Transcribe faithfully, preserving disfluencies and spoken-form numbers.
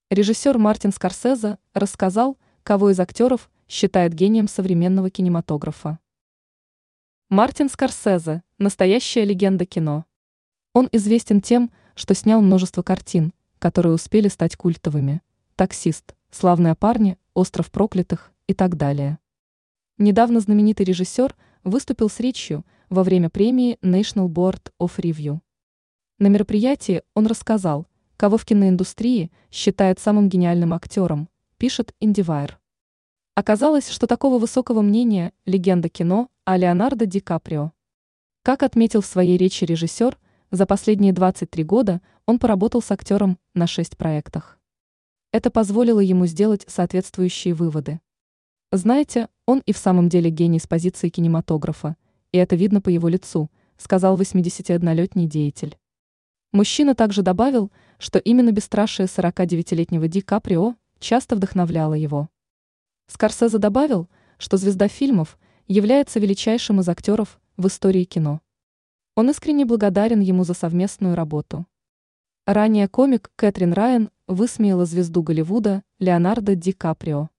Режиссер Мартин Скорсезе рассказал, кого из актеров считает гением современного кинематографа. Мартин Скорсезе – настоящая легенда кино. Он известен тем, что снял множество картин, которые успели стать культовыми: «Таксист», «Славные парни», «Остров проклятых» и так далее. Недавно знаменитый режиссер выступил с речью во время премии National Board of Review. На мероприятии он рассказал, кого в киноиндустрии считают самым гениальным актером, пишет IndieWire. Оказалось, что такого высокого мнения легенда кино о Леонардо Ди Каприо. Как отметил в своей речи режиссер, за последние двадцать три года он поработал с актером на шесть проектах. Это позволило ему сделать соответствующие выводы. «Знаете, он и в самом деле гений с позиции кинематографа, и это видно по его лицу», сказал восьмидесятиоднолетний деятель. Мужчина также добавил, что именно бесстрашие сорокадевятилетнего Ди Каприо часто вдохновляло его. Скорсезе добавил, что звезда фильмов является величайшим из актеров в истории кино. Он искренне благодарен ему за совместную работу. Ранее комик Кэтрин Райан высмеяла звезду Голливуда Леонардо Ди Каприо.